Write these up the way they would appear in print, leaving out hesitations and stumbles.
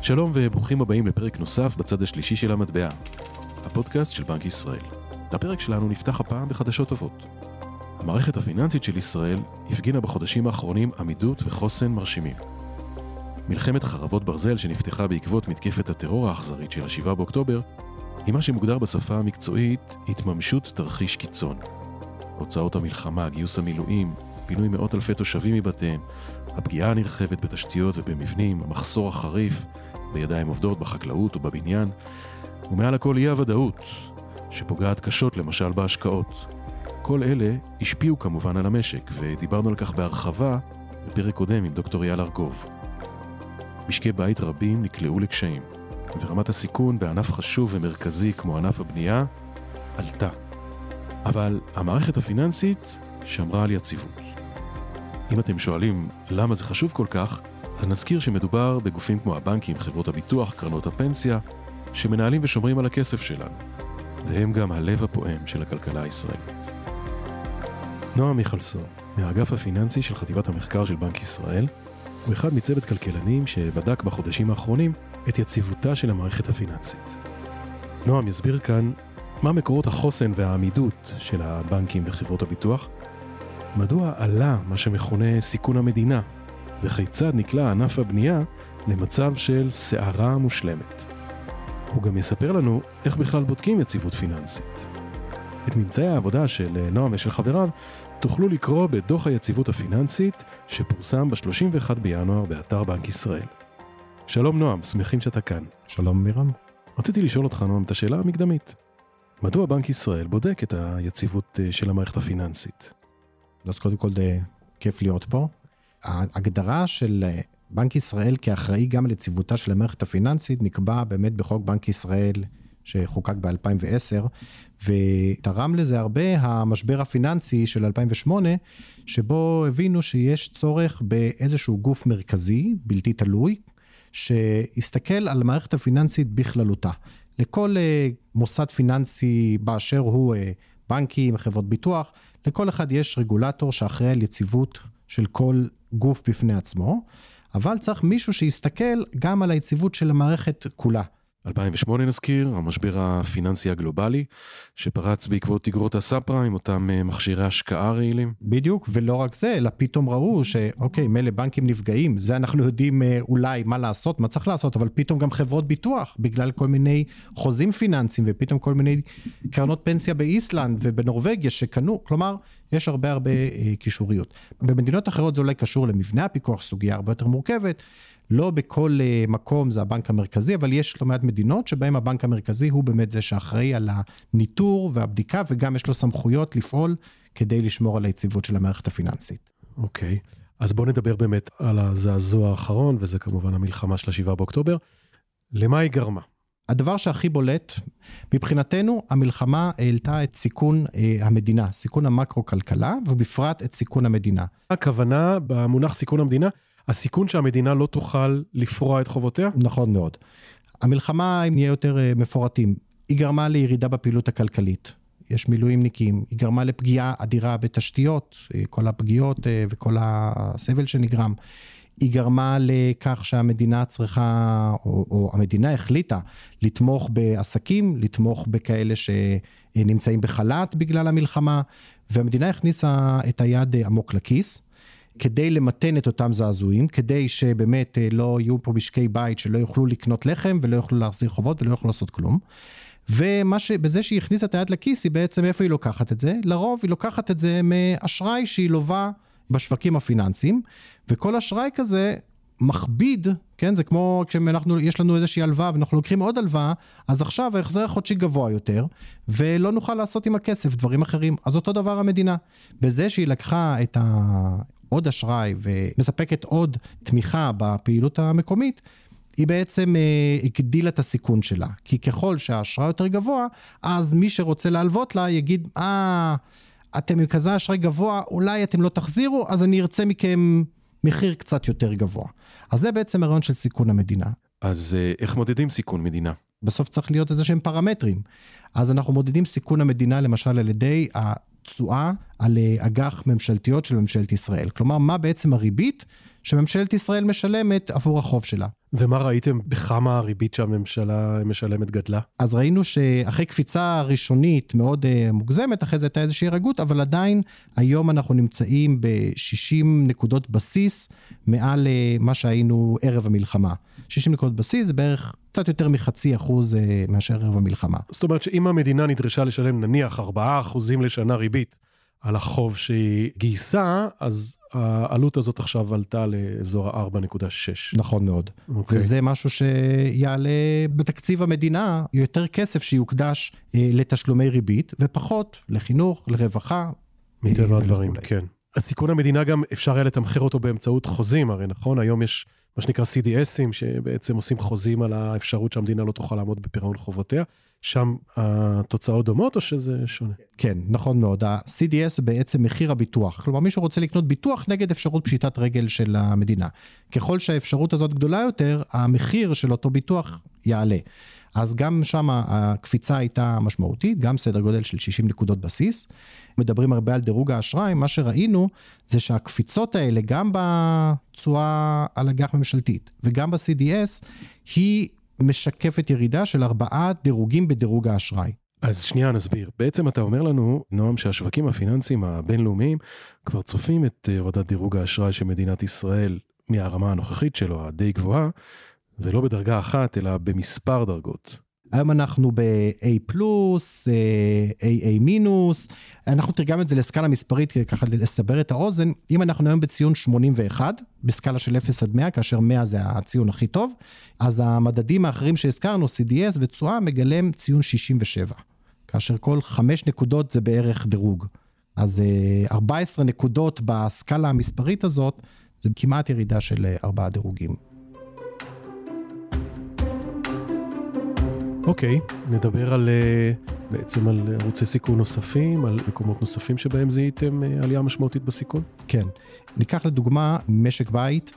שלום וברוכים הבאים לפרק נוסף בצד השלישי של המטבע, הפודקאסט של בנק ישראל. לפרק שלנו נפתח הפעם בחדשות טובות. המערכת הפיננסית של ישראל הפגינה בחודשים האחרונים עמידות וחוסן מרשימים. מלחמת חרבות ברזל שנפתחה בעקבות מתקפת הטרור האכזרית של 7 באוקטובר, היא מה שמוגדר בשפה המקצועית התממשות תרחיש קיצון. הוצאות המלחמה, גיוס המילואים, פינוי מאות אלפי תושבים מבתיהם, הפגיעה הנרחבת בתשתיות ובמבנים, המחסור החריף בידיים עובדות בחקלאות ובבניין, ומעל הכל אי הוודאות, שפוגעת קשות למשל בהשקעות. כל אלה השפיעו כמובן על המשק, ודיברנו על כך בהרחבה בפרק קודם עם דוקטור אייל ארגוב. משקי בית רבים נקלעו לקשיים, ורמת הסיכון בענף חשוב ומרכזי כמו ענף הבנייה עלתה. אבל המערכת הפיננסית שמרה על יציבות. אם אתם שואלים למה זה חשוב כל כך, אז נזכיר שמדובר בגופים כמו הבנקים, חברות הביטוח, קרנות הפנסיה, שמנהלים ושומרים על הכסף שלנו, והם גם הלב הפועם של הכלכלה הישראלית. נועם מיכלסון, מהאגף הפיננסי של חטיבת המחקר של בנק ישראל, הוא אחד מצוות כלכלנים שבדק בחודשים האחרונים את יציבותה של המערכת הפיננסית. נועם יסביר כאן מה מקורות החוסן והעמידות של הבנקים וחברות הביטוח, מדוע עלה מה שמכונה סיכון המדינה, וכיצד נקלע ענף הבנייה למצב של סערה מושלמת. הוא גם יספר לנו איך בכלל בודקים יציבות פיננסית. את ממצאי העבודה של נועם ושל חבריו תוכלו לקרוא בדוח היציבות הפיננסית שפורסם ב-31 בינואר באתר בנק ישראל. שלום נועם, שמחים שאתה כאן. שלום מירם. רציתי לשאול אותך נועם את השאלה המקדמית. מדוע בנק ישראל בודק את היציבות של המערכת הפיננסית? אז קודם כל כיף להיות פה. ההגדרה של בנק ישראל כאחראי גם על יציבותה של המערכת הפיננסית נקבע באמת בחוק בנק ישראל שחוקק ב-2010, ותרם לזה הרבה המשבר הפיננסי של 2008, שבו הבינו שיש צורך באיזשהו גוף מרכזי, בלתי תלוי, שיסתכל על המערכת הפיננסית בכללותה. לכל מוסד פיננסי באשר הוא בנקים, חברות ביטוח, לכל אחד יש רגולטור שאחראי על יציבות של כל גוף בפני עצמו, אבל צריך מישהו שיסתכל גם על היציבות של המערכת כולה. 2008 נזכיר, המשבר הפיננסי הגלובלי, שפרץ בעקבות תגרות הסאפריים, אותם מכשירי השקעה רעילים. בדיוק, ולא רק זה, אלא פתאום ראו שאוקיי, מלא בנקים נפגעים, זה אנחנו יודעים אולי מה לעשות, מה צריך לעשות, אבל פתאום גם חברות ביטוח, בגלל כל מיני חוזים פיננסיים, ופתאום כל מיני קרנות פנסיה באיסלנד ובנורווגיה שקנו, כלומר, יש הרבה קישוריות. במדינות אחרות זה אולי קשור למבנה הפיקוח, סוגיה הרבה יותר מורכבת, לא בכל מקום זה הבנק המרכזי, אבל יש לא מעט מדינות שבהם הבנק המרכזי הוא באמת זה שאחראי על הניטור והבדיקה, וגם יש לו סמכויות לפעול כדי לשמור על היציבות של המערכת הפיננסית. אוקיי, אז בואו נדבר באמת על הזעזוע האחרון, וזה כמובן המלחמה של 7 באוקטובר. למה היא גרמה? הדבר שהכי בולט, מבחינתנו המלחמה העלתה את סיכון המדינה, סיכון המקרו-כלכלה, ובפרט את סיכון המדינה. הכוונה במונח סיכון המדינה, הסיכון שהמדינה לא תוכל לפרוע את חובותיה? נכון מאוד. המלחמה, אם נהיה יותר מפורטים, היא גרמה לירידה בפעילות הכלכלית. יש מילואימניקים, היא גרמה לפגיעה אדירה בתשתיות, כל הפגיעות וכל הסבל שנגרם. היא גרמה לכך שהמדינה צריכה, או המדינה החליטה, לתמוך בעסקים, לתמוך בכאלה שנמצאים בחל"ת בגלל המלחמה, והמדינה הכניסה את היד עמוק לכיס, כדי למתן את אותם זעזועים, כדי שבאמת לא יהיו פה משקי בית שלא יוכלו לקנות לחם, ולא יוכלו להחזיר חובות, ולא יוכלו לעשות כלום. בזה שהיא הכניסה את היד לכיס, היא בעצם איפה היא לוקחת את זה? לרוב היא לוקחת את זה מאשראי שהיא לובה בשווקים הפיננסיים, וכל אשראי כזה מכביד, כן? זה כמו יש לנו איזושהי הלוואה, ואנחנו לוקחים עוד הלוואה, אז עכשיו ההחזר החודשי גבוה יותר, ולא נוכל לעשות עם הכסף דברים אחרים. אז אותו דבר המדינה. בזה שהיא לקחה את עוד אשראי ומספקת עוד תמיכה בפעילות המקומית, היא בעצם הגדילה את הסיכון שלה. כי ככל שהאשראי יותר גבוה, אז מי שרוצה להלוות לה יגיד, אתם עם כזה אשראי גבוה, אולי אתם לא תחזירו, אז אני ארצה מכם מחיר קצת יותר גבוה. אז זה בעצם הרעיון של סיכון המדינה. אז איך מודדים סיכון מדינה? בסוף צריך להיות איזה שהם פרמטרים. אז אנחנו מודדים סיכון המדינה, למשל על ידי התשואה על אג"ח ממשלתיות של ממשלת ישראל. כלומר, מה בעצם הריבית שממשלת ישראל משלמת עבור החוב שלה. ומה ראיתם בכמה הריבית שהממשלה משלמת גדלה? אז ראינו שאחרי קפיצה ראשונית מאוד מוגזמת, אחרי זה הייתה איזושהי רגות, אבל עדיין היום אנחנו נמצאים ב-60 נקודות בסיס מעל מה שהיינו ערב המלחמה. 60 נקודות בסיס זה בערך קצת יותר מ0.5% מאשר ערב המלחמה. זאת אומרת שאם המדינה נדרשה לשלם נניח 4% לשנה ריבית על החוב שהיא גייסה, אז העלות הזאת עכשיו עלתה לאזור 4.6. נכון מאוד. וזה משהו שיעלה בתקציב המדינה, יותר כסף שיוקדש לתשלומי ריבית, ופחות לחינוך, לרווחה. מטבע הדברים, כן. הסיכון המדינה גם אפשר היה לתמחר אותו באמצעות חוזים, הרי נכון? היום יש מה שנקרא CDSים, שבעצם עושים חוזים על האפשרות שהמדינה לא תוכל לעמוד בפירעון חובותיה. שם התוצאות דומות או שזה שונה? כן, נכון מאוד. ה-CDS זה בעצם מחיר הביטוח. כלומר, מישהו רוצה לקנות ביטוח נגד אפשרות פשיטת רגל של המדינה. ככל שהאפשרות הזאת גדולה יותר, המחיר של אותו ביטוח יעלה. אז גם שם הקפיצה הייתה משמעותית, גם סדר גודל של 60 נקודות בסיס. מדברים הרבה על דירוג האשראי, מה שראינו זה שהקפיצות האלה, גם בתשואה על אג"ח ממשלתית וגם ב-CDS, היא משקפת ירידה של 4 דירוגים בדירוג האשראי. אז שנייה נסביר. בעצם אתה אומר לנו, נועם, שהשווקים הפיננסיים הבינלאומיים כבר צופים את הורדת דירוג האשראי של מדינת ישראל מהרמה הנוכחית שלו, הדי גבוהה, ולא בדרגה אחת, אלא במספר דרגות. היום אנחנו ב-A+, AA-, אנחנו תרגם את זה לסקאלה מספרית, ככה לסבר את האוזן. אם אנחנו היום בציון 81, בסקאלה של 0 עד 100, כאשר 100 זה הציון הכי טוב, אז המדדים האחרים שהזכרנו, CDS ותשואה, מגלם ציון 67, כאשר כל 5 נקודות זה בערך דירוג. אז 14 נקודות בסקאלה המספרית הזאת, זה כמעט ירידה של 4 דירוגים. אוקיי, נדבר בעצם על ערוצי סיכון נוספים, על מקומות נוספים שבהם זיהיתם עלייה משמעותית בסיכון? כן. ניקח לדוגמה משק בית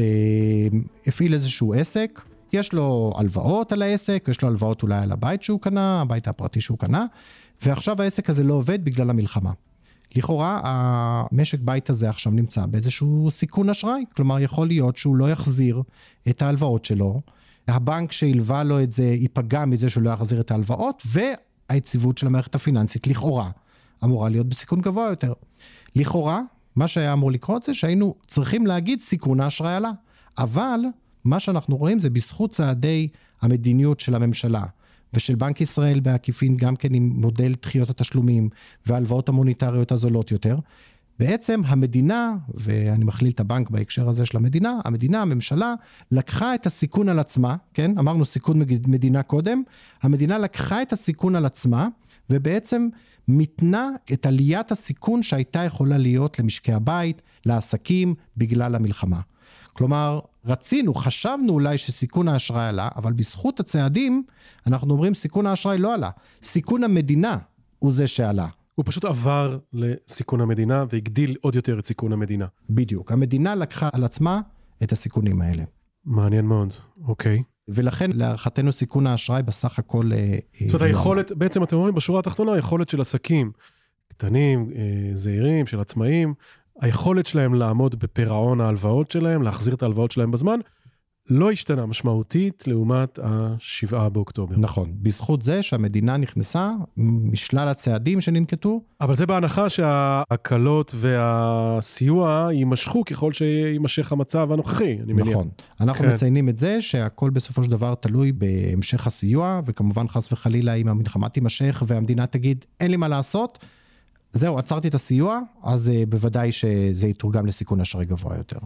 שהפעיל איזשהו עסק, יש לו הלוואות על העסק, יש לו הלוואות אולי על הבית שהוא קנה, הבית הפרטי שהוא קנה, ועכשיו העסק הזה לא עובד בגלל המלחמה. לכאורה, המשק בית הזה עכשיו נמצא באיזשהו סיכון אשראי, כלומר יכול להיות שהוא לא יחזיר את ההלוואות שלו, הבנק שהלווה לו את זה ייפגע מזה שהוא לא יחזיר את ההלוואות, והיציבות של המערכת הפיננסית לכאורה אמורה להיות בסיכון גבוה יותר. לכאורה, מה שהיה אמור לקרות זה שהיינו צריכים להגיד סיכון האשראי עלה, אבל מה שאנחנו רואים זה בזכות צעדי המדיניות של הממשלה, ושל בנק ישראל בעקיפין גם כן עם מודל דחיות התשלומים, וההלוואות המוניטריות הזולות יותר, בעצם המדינה, ואני מכליל את הבנק בהקשר הזה של המדינה, הממשלה, לקחה את הסיכון על עצמה, כן? אמרנו סיכון מדינה קודם, המדינה לקחה את הסיכון על עצמה, ובעצם מתנה את עליית הסיכון שהייתה יכולה להיות למשקי הבית, לעסקים, בגלל המלחמה. כלומר, חשבנו אולי שסיכון האשראי עלה, אבל בזכות הצעדים, אנחנו אומרים סיכון האשראי לא עלה, סיכון המדינה הוא זה שעלה. הוא פשוט עבר לסיכון המדינה והגדיל עוד יותר את סיכון המדינה. בדיוק, המדינה לקחה על עצמה את הסיכונים האלה. מעניין מאוד, אוקיי. ולכן להערכתנו סיכון האשראי בסך הכל... זאת אומרת, היכולת, בעצם אתם אומרים בשורה התחתונה, היכולת של עסקים קטנים, זעירים, של עצמאים, היכולת שלהם לעמוד בפירעון ההלוואות שלהם, להחזיר את ההלוואות שלהם בזמן, לא השתנה משמעותית לעומת ה7 באוקטובר. נכון, בזכות זה שהמדינה נכנסה משלל הצעדים שננקטו. אבל זה בהנחה שההקלות והסיוע יימשכו ככל שימשך המצב הנוכחי, אני מניח. נכון, אנחנו מציינים את זה שהכל בסופו של דבר תלוי בהמשך הסיוע, וכמובן חס וחלילה אם המלחמה תימשך והמדינה תגיד אין לי מה לעשות, זהו, עצרתי את הסיוע, אז בוודאי שזה יתורגם לסיכון אשראי גבוה יותר.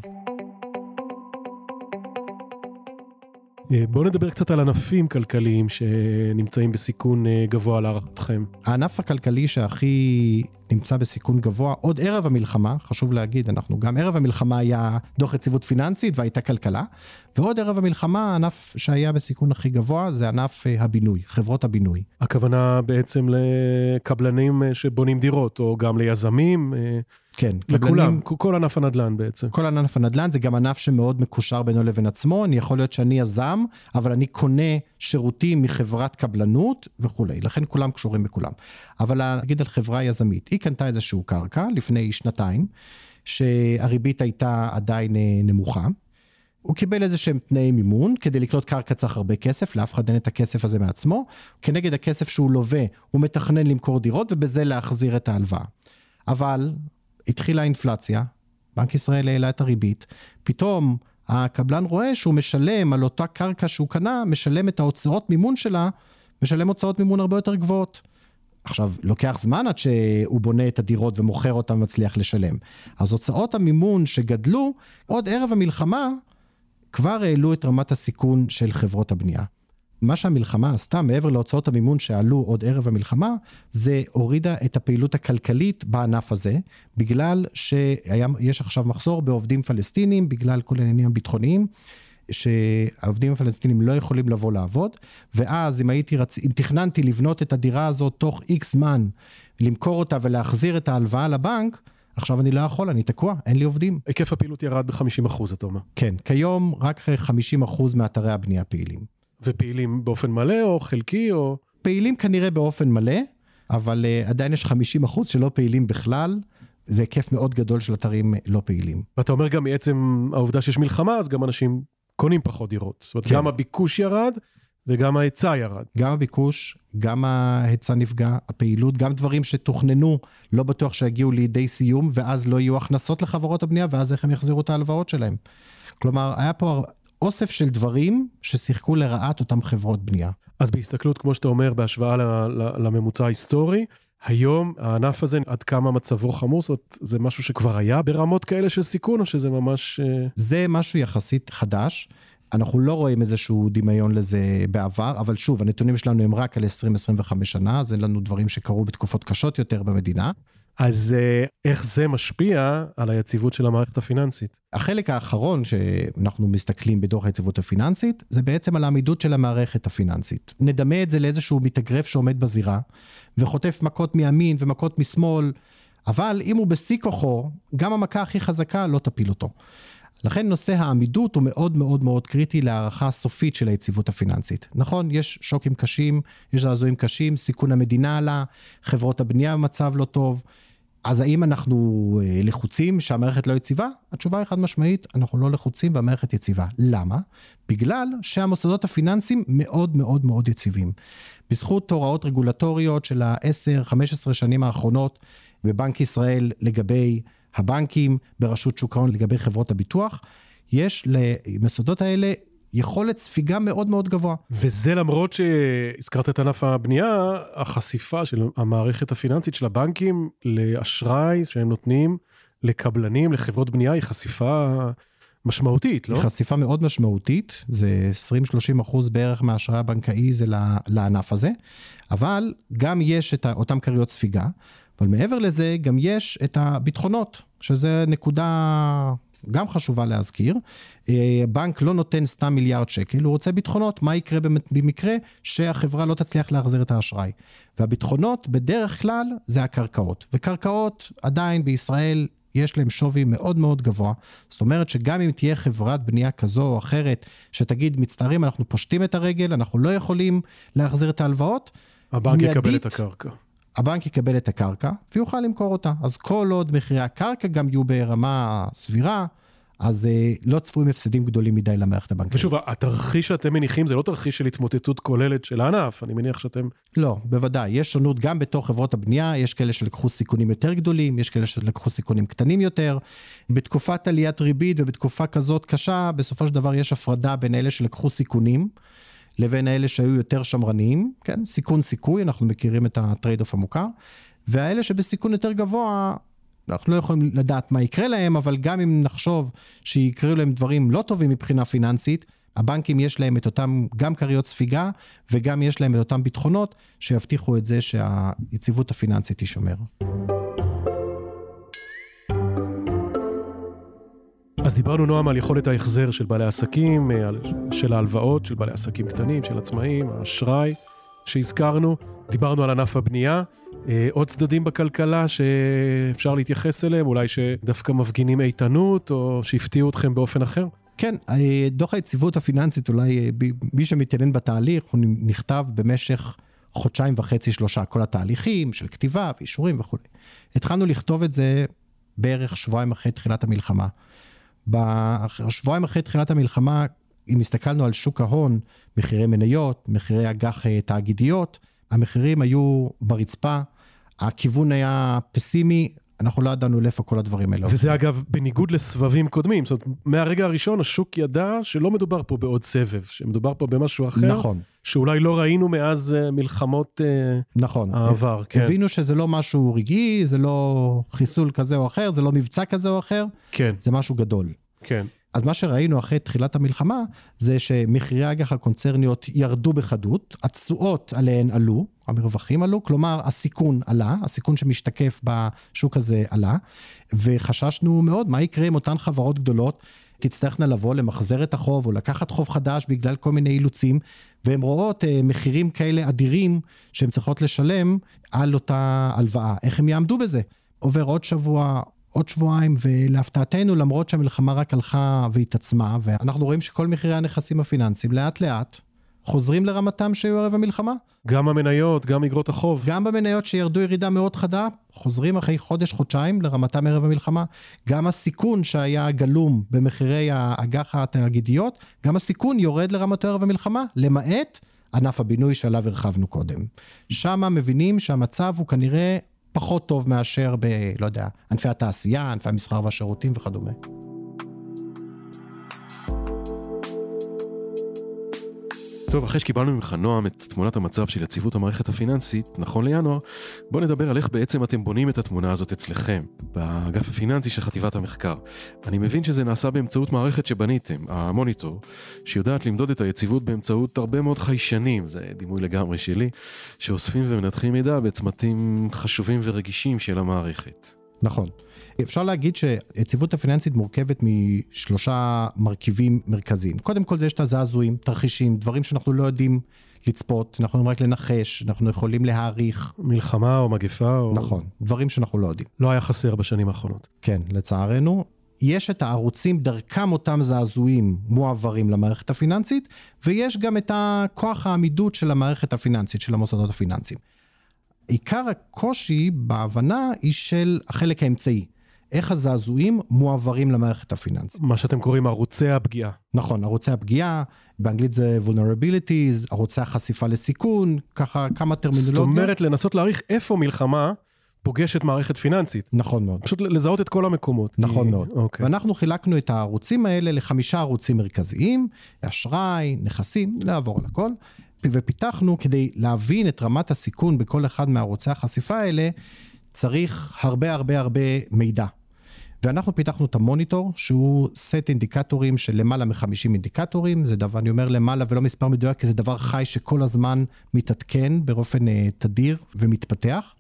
בואו נדבר קצת על ענפים כלכליים שנמצאים בסיכון גבוה להערכתכם. הענף הכלכלי שהכי נמצא בסיכון גבוה, עוד ערב המלחמה, חשוב להגיד, אנחנו גם ערב המלחמה היה דוח יציבות פיננסית והייתה כלכלה, ועוד ערב המלחמה, הענף שהיה בסיכון הכי גבוה, זה ענף הבינוי, חברות הבינוי. הכוונה בעצם לקבלנים שבונים דירות, או גם ליזמים, כן. לכולם, כל ענף הנדל"ן בעצם. כל ענף הנדל"ן זה גם ענף שמאוד מקושר בינו לבין עצמו, אני יכול להיות שאני יזם, אבל אני קונה שירותים מחברת קבלנות וכו'. לכן כולם קשורים בכולם. אבל נגיד על חברה יזמית, היא קנתה איזשהו קרקע לפני שנתיים, שהריבית הייתה עדיין נמוכה, הוא קיבל איזה שהם תנאי מימון, כדי לקנות קרקע צריך הרבה כסף, לאף אחד אין את הכסף הזה מעצמו, כנגד הכסף שהוא לווה, הוא מתכנן למכור דירות, ובזה להחזיר את ההלוואה. אבל התחילה האינפלציה, בנק ישראל העלה את הריבית, פתאום הקבלן רואה שהוא משלם על אותה קרקע שהוא קנה, משלם את ההוצאות מימון שלה, משלם הוצאות מימון הרבה יותר גבוהות. עכשיו, לוקח זמן עד שהוא בונה את הדירות ומוכר אותם ומצליח לשלם. אז הוצאות המימון שגדלו, עוד ערב המלחמה, כבר העלו את רמת הסיכון של חברות הבנייה. מה שהמלחמה עשתה, מעבר להוצאות המימון שעלו עוד ערב המלחמה, זה הורידה את הפעילות הכלכלית בענף הזה, בגלל שיש עכשיו מחסור בעובדים פלסטינים, בגלל כל העניינים הביטחוניים, שהעובדים הפלסטינים לא יכולים לבוא לעבוד, ואז אם תכננתי לבנות את הדירה הזאת תוך X זמן, למכור אותה ולהחזיר את ההלוואה לבנק, עכשיו אני לא יכול, אני תקוע, אין לי עובדים. היקף הפעילות ירד ב-50%, אתה אומר. כן, כיום רק 50% מאתרי הבנייה פעילים. ופעילים באופן מלא או חלקי או... פעילים כנראה באופן מלא, אבל עדיין יש 50% שלא פעילים בכלל, זה היקף מאוד גדול של אתרים לא פעילים. ואתה אומר גם מעצם העובדה שיש מלחמה, אז גם אנשים קונים פחות דירות. זאת אומרת, כן. גם הביקוש ירד וגם ההיצע ירד. גם הביקוש, גם ההיצע נפגע, הפעילות, גם דברים שתוכננו, לא בטוח שהגיעו לידי סיום, ואז לא יהיו הכנסות לחברות הבנייה, ואז איך הם יחזירו את ההלוואות שלהם. כלומר, היה פה אוסף של דברים ששיחקו לרעת אותם חברות בנייה. אז בהסתכלות, כמו שאתה אומר, בהשוואה לממוצע ההיסטורי, היום הענף הזה, עד כמה מצבו חמור, זאת אומרת, זה משהו שכבר היה ברמות כאלה של סיכון, או שזה ממש... זה משהו יחסית חדש, אנחנו לא רואים איזשהו דמיון לזה בעבר, אבל שוב, הנתונים שלנו הם רק על 20-25 שנה, אז אין לנו דברים שקרו בתקופות קשות יותר במדינה. אז איך זה משפיע על היציבות של המערכת הפיננסית? החלק האחרון שאנחנו מסתכלים בדוח היציבות הפיננסית, זה בעצם על העמידות של המערכת הפיננסית. נדמה את זה לאיזשהו מתאגרף שעומד בזירה, וחוטף מכות מימין ומכות משמאל, אבל אם הוא בשיא כוחו, גם המכה הכי חזקה לא תפיל אותו. לכן נושא העמידות הוא מאוד מאוד מאוד קריטי להערכה הסופית של היציבות הפיננסית. נכון, יש שוקים קשים, יש זעזועים קשים, סיכון המדינה עלה, חברות הבנייה במצב לא טוב. אז האם אנחנו לחוצים שהמערכת לא יציבה? התשובה היא חד משמעית, אנחנו לא לחוצים והמערכת יציבה. למה? בגלל שהמוסדות הפיננסיים מאוד מאוד מאוד יציבים. בזכות הוראות רגולטוריות של ה-10-15 שנים האחרונות בבנק ישראל לגבי הבנקים, ברשות שוק ההון לגבי חברות הביטוח, יש למוסדות האלה יכולת ספיגה מאוד מאוד גבוה. וזה למרות שהזכרת את ענף הבנייה, החשיפה של המערכת הפיננסית של הבנקים לאשראי שהם נותנים לקבלנים, לחברות בנייה, היא חשיפה משמעותית, לא? היא חשיפה מאוד משמעותית, זה 20-30% בערך מהאשראי הבנקאי זה לענף הזה, אבל גם יש את אותם קריות ספיגה, אבל מעבר לזה גם יש את הביטחונות, שזה נקודה גם חשובה להזכיר. בנק לא נותן סתם מיליארד שקל, הוא רוצה ביטחונות. מה יקרה במקרה שהחברה לא תצליח להחזיר את האשראי? והביטחונות בדרך כלל זה הקרקעות. וקרקעות עדיין בישראל יש להם שווי מאוד מאוד גבוה. זאת אומרת שגם אם תהיה חברת בנייה כזו או אחרת, שתגיד מצטערים, אנחנו פושטים את הרגל, אנחנו לא יכולים להחזיר את ההלוואות, הבנק יקבל את הקרקע. הבנק יקבל את הקרקע ויוכל למכור אותה. אז כל עוד מחירי הקרקע גם יהיו ברמה סבירה, אז לא צפויים הפסדים גדולים מדי למערכת הבנקאית. ושוב, התרחיש שאתם מניחים זה לא תרחיש של התמוטטות כוללת של הענף, אני מניח שאתם... לא, בוודאי, יש שונות גם בתוך חברות הבנייה, יש כאלה שלקחו סיכונים יותר גדולים, יש כאלה שלקחו סיכונים קטנים יותר. בתקופת עליית ריבית ובתקופה כזאת קשה, בסופו של דבר יש הפרדה בין אלה שלקחו סיכונים, לבין האלה שהיו יותר שמרניים, כן? סיכון סיכוי, אנחנו מכירים את הטרייד-אוף המוכר, והאלה שבסיכון יותר גבוה, אנחנו לא יכולים לדעת מה יקרה להם, אבל גם אם נחשוב שיקראו להם דברים לא טובים מבחינה פיננסית, הבנקים יש להם את אותם גם קריות ספיגה, וגם יש להם את אותם ביטחונות, שיבטיחו את זה שהיציבות הפיננסית תישמר. אז דיברנו נועם על יכולת ההחזר של בעלי עסקים, של ההלוואות, של בעלי עסקים קטנים, של עצמאים, האשראי. שהזכרנו, דיברנו על ענף הבנייה, עוד צדדים בכלכלה שאפשר להתייחס אליהם, אולי שדווקא מפגינים איתנות, או שהפתיעו אתכם באופן אחר? כן, דוח היציבות הפיננסית, אולי מי שמתעניין בתהליך, הוא נכתב במשך 1.5-3 חודשים, כל התהליכים של כתיבה ואישורים וכו'. התחלנו לכתוב את זה בערך 2 שבועות אחרי תחילת המלחמה. 2 שבועות אחרי תחילת המלחמה, אם הסתכלנו על שוק ההון, מחירי מניות, מחירי אג"ח תאגידיות, המחירים היו ברצפה, הכיוון היה פסימי, אנחנו לא ידענו לאיפה כל הדברים האלה. וזה אגב בניגוד לסבבים קודמים, זאת אומרת, מהרגע הראשון השוק ידע שלא מדובר פה בעוד סבב, שמדובר פה במשהו אחר, נכון. שאולי לא ראינו מאז מלחמות נכון. העבר. כן. הבינו שזה לא משהו רגעי, זה לא חיסול כזה או אחר, זה לא מבצע כזה או אחר, כן. זה משהו גדול. כן. אז מה שראינו אחרי תחילת המלחמה, זה שמחירי האג"ח הקונצרניות ירדו בחדות, התשואות עליהן עלו, המרווחים עלו, כלומר הסיכון עלה, הסיכון שמשתקף בשוק הזה עלה, וחששנו מאוד מה יקרה עם אותן חברות גדולות, תצטרכנה לבוא למחזר את החוב, או לקחת חוב חדש בגלל כל מיני אילוצים, והן רואות מחירים כאלה אדירים, שהן צריכות לשלם על אותה הלוואה. איך הם יעמדו בזה? עובר עוד שבוע, עוד שבועיים, ולהפתעתנו, למרות שהמלחמה רק הלכה והתעצמה, ואנחנו רואים שכל מחירי הנכסים הפיננסיים, לאט לאט, חוזרים לרמתם שהיו ערב המלחמה. גם המניות, גם אגרות החוב. גם במניות שירדו ירידה מאוד חדה, חוזרים אחרי חודש-חודשיים לרמתם ערב המלחמה. גם הסיכון שהיה גלום במחירי האג"ח התאגידיות, גם הסיכון יורד לרמתו ערב המלחמה, למעט ענף הבינוי שעליו הרחבנו קודם. שם מבינים שהמצב הוא כנראה פחות טוב מאשר לא יודע, ענפי התעשייה, ענפי המסחר והשירותים וכדומה. טוב, אחרי שקיבלנו ממך נועם את תמונת המצב של יציבות המערכת הפיננסית, נכון לינואר, בואו נדבר על איך בעצם אתם בונים את התמונה הזאת אצלכם, באגף הפיננסי של חטיבת המחקר. אני מבין שזה נעשה באמצעות מערכת שבניתם, המוניטור, שיודעת למדוד את היציבות באמצעות הרבה מאוד חיישנים, זה דימוי לגמרי שלי, שאוספים ומנתחים מידע בצמתים חשובים ורגישים של המערכת. נכון. אפשר להגיד שיציבות הפיננסית מורכבת מ3 מרכיבים מרכזיים. קודם כל זה יש את הזעזועים, תרחישים, דברים שאנחנו לא יודעים לצפות, אנחנו יכולים רק לנחש, אנחנו יכולים להעריך. מלחמה או מגפה או... נכון, דברים שאנחנו לא יודעים. לא היה חסר בשנים האחרונות. כן, לצערנו. יש את הערוצים, דרכם אותם זעזועים מועברים למערכת הפיננסית, ויש גם את הכוח העמידות של המערכת הפיננסית, של המוסדות הפיננסיים. עיקר הקושי בהבנה היא של החלק האמצעי. איך הזעזועים מועברים למערכת הפיננסית. מה שאתם קוראים ערוצי הפגיעה. נכון, ערוצי הפגיעה, באנגלית זה vulnerabilities, ערוצי החשיפה לסיכון, ככה כמה טרמינולוגיות. זאת אומרת, לנסות להעריך איפה מלחמה פוגשת מערכת פיננסית. נכון מאוד. פשוט לזהות את כל המקומות. נכון מאוד. אוקיי. ואנחנו חילקנו את הערוצים האלה ל5 ערוצים מרכזיים, אשראי, נכסים, לעבור על הכל, ופיתחנו כדי להבין את רמת הסיכון בכל אחד מערוצי החשיפה האלה, צריך הרבה מידע. ואנחנו פיתחנו את המוניטור, שהוא סט אינדיקטורים של למעלה מ-50 אינדיקטורים, זה דבר, אני אומר למעלה ולא מספר מדויק, כי זה דבר חי שכל הזמן מתעדכן באופן תדיר ומתפתח,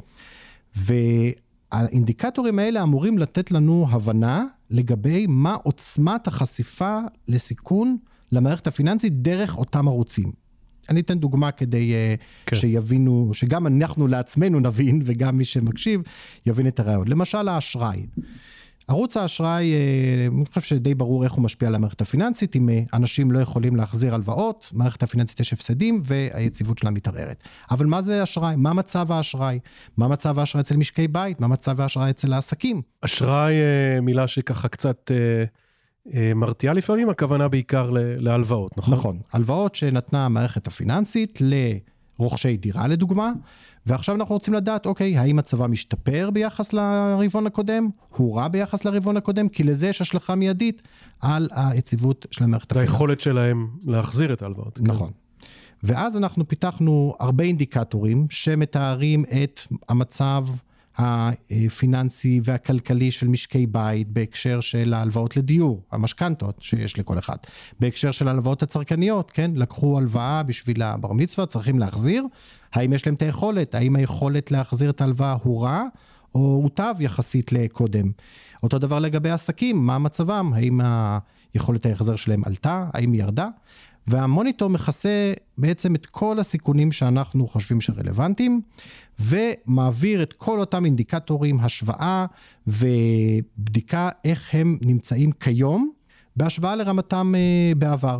והאינדיקטורים האלה אמורים לתת לנו הבנה לגבי מה עוצמת החשיפה לסיכון למערכת הפיננסית דרך אותם ערוצים. אני אתן דוגמה כדי שיבינו, שגם אנחנו לעצמנו נבין, וגם מי שמקשיב יבין את הרעיון. למשל האשראי. ערוץ האשראי, אני חושב שדי ברור איך הוא משפיע על המערכת הפיננסית, אם אנשים לא יכולים להחזיר הלוואות, מערכת הפיננסית יש הפסדים, והיציבות שלה מתערערת. אבל מה זה אשראי? מה מצב האשראי? מה מצב האשראי אצל משקי בית? מה מצב האשראי אצל העסקים? אשראי, מילה שככה קצת מרתיעה לפעמים, הכוונה בעיקר להלוואות, נכון? נכון, הלוואות שנתנה המערכת הפיננסית לרוכשי דירה לדוגמה, ועכשיו אנחנו רוצים לדעת, אוקיי, האם הצבא משתפר ביחס לרבעון הקודם? הוא רע ביחס לרבעון הקודם? כי לזה יש השלכה מיידית על היציבות של המערכת הפיננסית. והיכולת שלהם להחזיר את ההלוואות. נכון. ואז אנחנו פיתחנו הרבה אינדיקטורים שמתארים את המצב הפיננסי והכלכלי של משקי בית בהקשר של ההלוואות לדיור, המשכנתות שיש לכל אחד. בהקשר של ההלוואות הצרכניות, כן? לקחו הלוואה בשביל הבר מצווה, צריכים להחזיר. האם יש להם את היכולת? האם היכולת להחזיר את ההלוואה הוא רע או הוטב יחסית לקודם? אותו דבר לגבי עסקים, מה מצבם? האם היכולת ההחזר שלהם עלתה? האם היא ירדה? והמוניטור מכסה בעצם את כל הסיכונים שאנחנו חושבים שרלוונטיים, ומעביר את כל אותם אינדיקטורים, השוואה ובדיקה איך הם נמצאים כיום, בהשוואה לרמתם בעבר.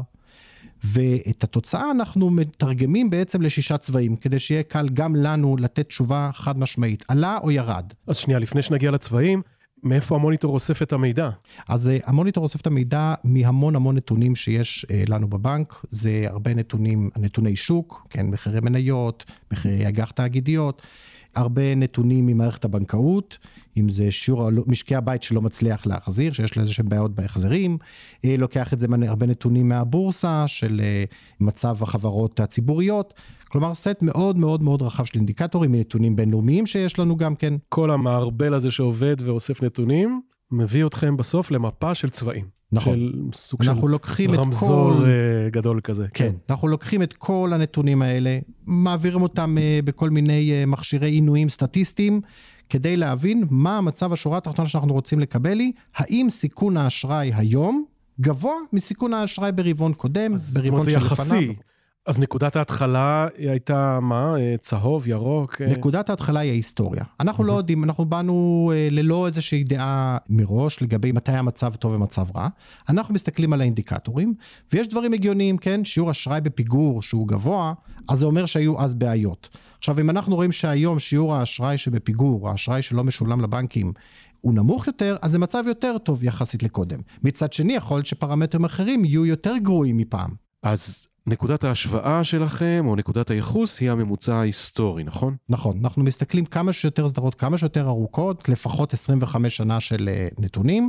ואת התוצאה אנחנו מתרגמים בעצם ל6 צבעים, כדי שיהיה קל גם לנו לתת תשובה חד משמעית, עלה או ירד. אז שנייה, לפני שנגיע לצבעים, מאיפה המוניטור אוסף את המידע? אז המוניטור אוסף את המידע מהמון נתונים שיש לנו בבנק, זה הרבה נתוני שוק, כן, מחירי מניות, מחירי אג"ח תאגידיות, הרבה נתונים ממערכת הבנקאות, אם זה שיעור משקי הבית שלא מצליח להחזיר, שיש לו איזשהם בעיות בהחזרים, לוקח את זה הרבה נתונים מהבורסה, של מצב החברות הציבוריות, כלומר סט מאוד רחב של אינדיקטורים, מנתונים בינלאומיים שיש לנו גם כן. כל המערבל הזה שעובד ואוסף נתונים, מביא אתכם בסוף למפה של צבעים. נכון. של סוג של רמזור גדול כזה. כן, אנחנו לוקחים את כל הנתונים האלה, מעבירים אותם בכל מיני מכשירי עינויים סטטיסטיים, כדי להבין מה המצב השורה התחתונה שאנחנו רוצים לקבל היא, האם סיכון האשראי היום גבוה מסיכון האשראי ברבעון קודם, ברבעון שלפניו. אז נקודת ההתחלה הייתה מה? צהוב, ירוק? נקודת ההתחלה היא ההיסטוריה. אנחנו לא יודעים, אנחנו באנו ללא איזושהי דעה מראש לגבי מתי המצב טוב ומצב רע. אנחנו מסתכלים על האינדיקטורים, ויש דברים הגיוניים, כן? שיעור אשראי בפיגור שהוא גבוה, אז זה אומר שהיו אז בעיות. עכשיו, אם אנחנו רואים שהיום שיעור האשראי שבפיגור, האשראי שלא משולם לבנקים, הוא נמוך יותר, אז זה מצב יותר טוב יחסית לקודם. מצד שני, יכול להיות שפרמטרים אחרים יהיו יותר גרועים מפעם. אז נקודת ההשוואה שלכם, או נקודת הייחוס, היא הממוצע ההיסטורי, נכון? נכון, אנחנו מסתכלים כמה שיותר סדרות, כמה שיותר ארוכות, לפחות 25 שנה של נתונים,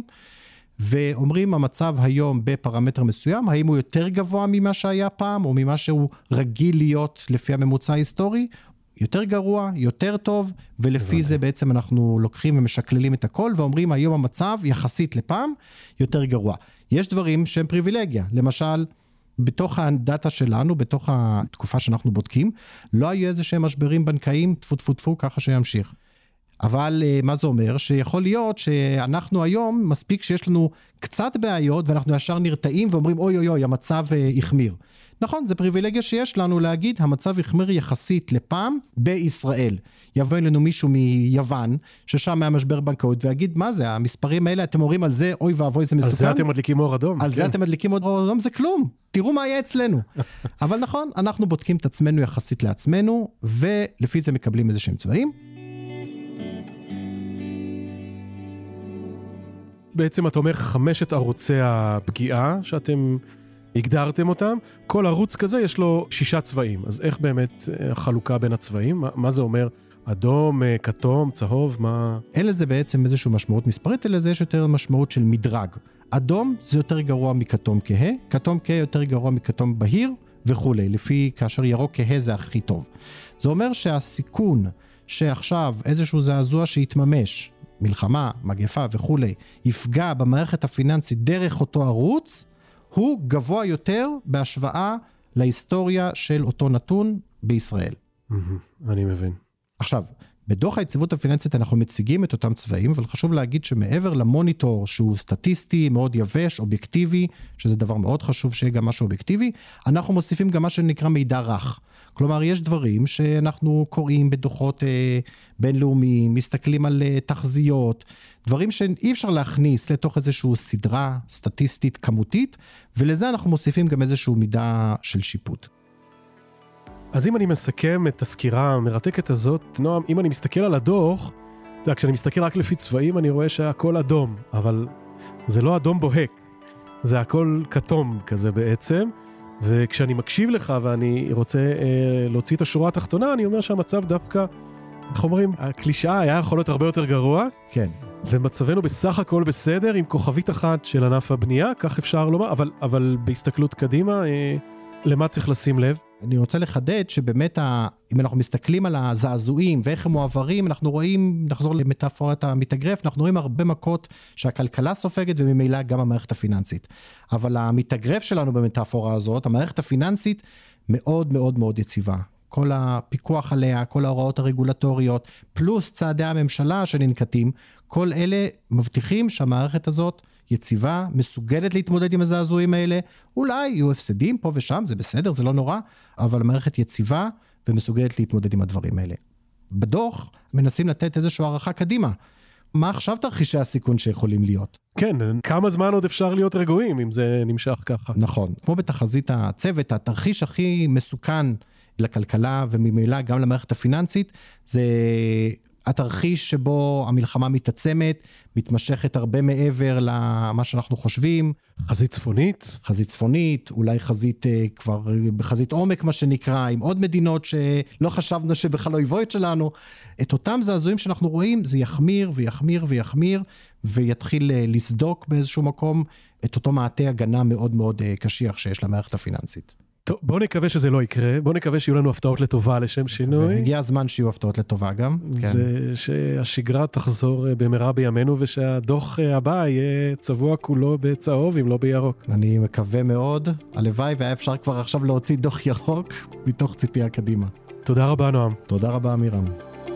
ואומרים המצב היום בפרמטר מסוים, האם הוא יותר גבוה ממה שהיה פעם, או ממה שהוא רגיל להיות לפי הממוצע ההיסטורי, יותר גרוע, יותר טוב, ולפי זה בעצם אנחנו לוקחים ומשקללים את הכל, ואומרים היום המצב יחסית לפעם יותר גרוע. יש דברים שהם פריבילגיה, למשל, בתוך הדאטה שלנו, בתוך התקופה שאנחנו בודקים, לא היו איזה שהם משברים בנקאיים, טפו, ככה שימשיך. אבל מה זה אומר? שיכול להיות שאנחנו היום, מספיק שיש לנו קצת בעיות, ואנחנו ישר נרתעים ואומרים, אוי, המצב יחמיר. נכון, זה פריבילגיה שיש לנו להגיד, המצב יחמיר יחסית לפעם בישראל. יבוא אלינו מישהו מיוון, ששם היה משבר בנקאות, ויגיד, מה זה, המספרים האלה, אתם אומרים על זה, אוי ואבוי, זה מסוכן. על זה אתם מדליקים אור אדום. על זה אתם מדליקים אור אדום, זה כלום. תראו מה היה אצלנו. אבל נכון, אנחנו בודקים את עצמנו יחסית לעצמנו, ולפי זה מקבלים איזה שהם צבעים. בעצם אתה אומר 5 ערוצי הפגיעה שאתם הגדרתם אותם, כל ערוץ כזה יש לו 6 צבעים, אז איך באמת החלוקה בין הצבעים? מה זה אומר? אדום, כתום, צהוב, מה? אין לזה בעצם איזושהי משמעות מספרית, אלא זה יש יותר משמעות של מדרג. אדום זה יותר גרוע מכתום כהה, כתום כהה יותר גרוע מכתום בהיר וכו', לפי כאשר ירוק כהה זה הכי טוב. זה אומר שהסיכון שעכשיו איזשהו זעזוע שיתממש, מלחמה, מגפה וכו', יפגע במערכת הפיננסית דרך אותו ערוץ, הוא גבוה יותר בהשוואה להיסטוריה של אותו נתון בישראל. אני מבין. עכשיו, בדוח היציבות הפיננסית אנחנו מציגים את אותם צבעים, אבל חשוב להגיד שמעבר למוניטור שהוא סטטיסטי, מאוד יבש, אובייקטיבי, שזה דבר מאוד חשוב שיהיה גם משהו אובייקטיבי, אנחנו מוסיפים גם מה שנקרא מידע רך. כלומר, יש דברים שאנחנו קוראים בדוחות בינלאומיים, מסתכלים על תחזיות, דברים שאי אפשר להכניס לתוך איזושהי סדרה סטטיסטית כמותית, ולזה אנחנו מוסיפים גם איזשהו מידע של שיפוט. אז אם אני מסכם את הסקירה המרתקת הזאת, נועם, אם אני מסתכל על הדוח, כשאני מסתכל רק לפי צבעים, אני רואה שהכל אדום, אבל זה לא אדום בוהק, זה הכל כתום כזה בעצם, וכשאני מקשיב לך ואני רוצה להוציא את השורה התחתונה, אני אומר שהמצב דווקא, איך אומרים, הקלישאה היה יכול להיות הרבה יותר גרוע. כן. ומצבנו בסך הכל בסדר, עם כוכבית אחת של ענף הבנייה, כך אפשר לומר, אבל בהסתכלות קדימה, למה צריך לשים לב? אני רוצה לחדד שבאמת, אם אנחנו מסתכלים על הזעזועים ואיך הם מועברים, אנחנו רואים, נחזור למטאפורת המתאגרף, אנחנו רואים הרבה מכות שהכלכלה סופגת וממילא גם המערכת הפיננסית. אבל המתאגרף שלנו במטאפורה הזאת, המערכת הפיננסית מאוד מאוד מאוד יציבה. כל הפיקוח עליה, כל ההוראות הרגולטוריות, פלוס צעדי הממשלה שננקטים, כל אלה מבטיחים שהמערכת הזאת יציבה, מסוגלת להתמודד עם הזעזועים האלה, אולי יהיו הפסדים פה ושם, זה בסדר, זה לא נורא, אבל המערכת יציבה ומסוגלת להתמודד עם הדברים האלה. בדוח מנסים לתת איזושהי הערכה קדימה. מה עכשיו תרחישי הסיכון שיכולים להיות? כן, כמה זמן עוד אפשר להיות רגועים אם זה נמשך ככה? נכון, כמו בתחזית הצוות, התרחיש הכי מסוכן לכלכלה וממילא גם למערכת הפיננסית, זה התרחיש שבו המלחמה מתעצמת, מתמשכת הרבה מעבר למה שאנחנו חושבים. חזית צפונית? חזית צפונית, אולי חזית כבר בחזית עומק מה שנקרא, עם עוד מדינות שלא חשבנו שבכלל אויבות שלנו. את אותם זעזועים שאנחנו רואים, זה יחמיר ויחמיר ויחמיר, ויתחיל לסדוק באיזשהו מקום את אותו מעטה הגנה מאוד מאוד קשיח שיש למערכת הפיננסית. טוב, בוא נקווה שזה לא יקרה, בוא נקווה שיהיו לנו הפתעות לטובה לשם שינוי. הגיע הזמן שיהיו הפתעות לטובה גם. ושהשגרה תחזור במהרה בימינו, ושהדוח הבא יהיה צבוע כולו בצהוב, אם לא בירוק. אני מקווה מאוד, הלוואי והיה אפשר כבר עכשיו להוציא דוח ירוק, מתוך ציפייה קדימה. תודה רבה נועם. תודה רבה אמירם.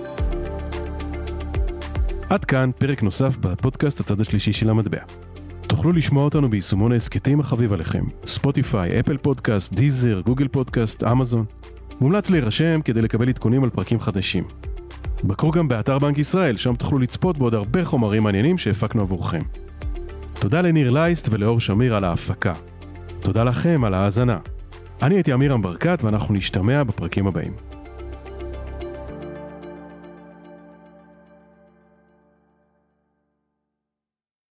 עד כאן פרק נוסף בפודקאסט הצד השלישי של המטבע. תוכלו לשמוע אותנו ביישומון העסקתים החביב עליכם, ספוטיפיי, אפל פודקאסט, דיזר, גוגל פודקאסט, אמזון. מומלץ להירשם כדי לקבל עדכונים על פרקים חדשים. בקרו גם באתר בנק ישראל, שם תוכלו לצפות בעוד הרבה חומרים מעניינים שהפקנו עבורכם. תודה לניר לייסט ולאור שמיר על ההפקה. תודה לכם על ההאזנה. אני הייתי אמירם ברקת ואנחנו נשתמע בפרקים הבאים.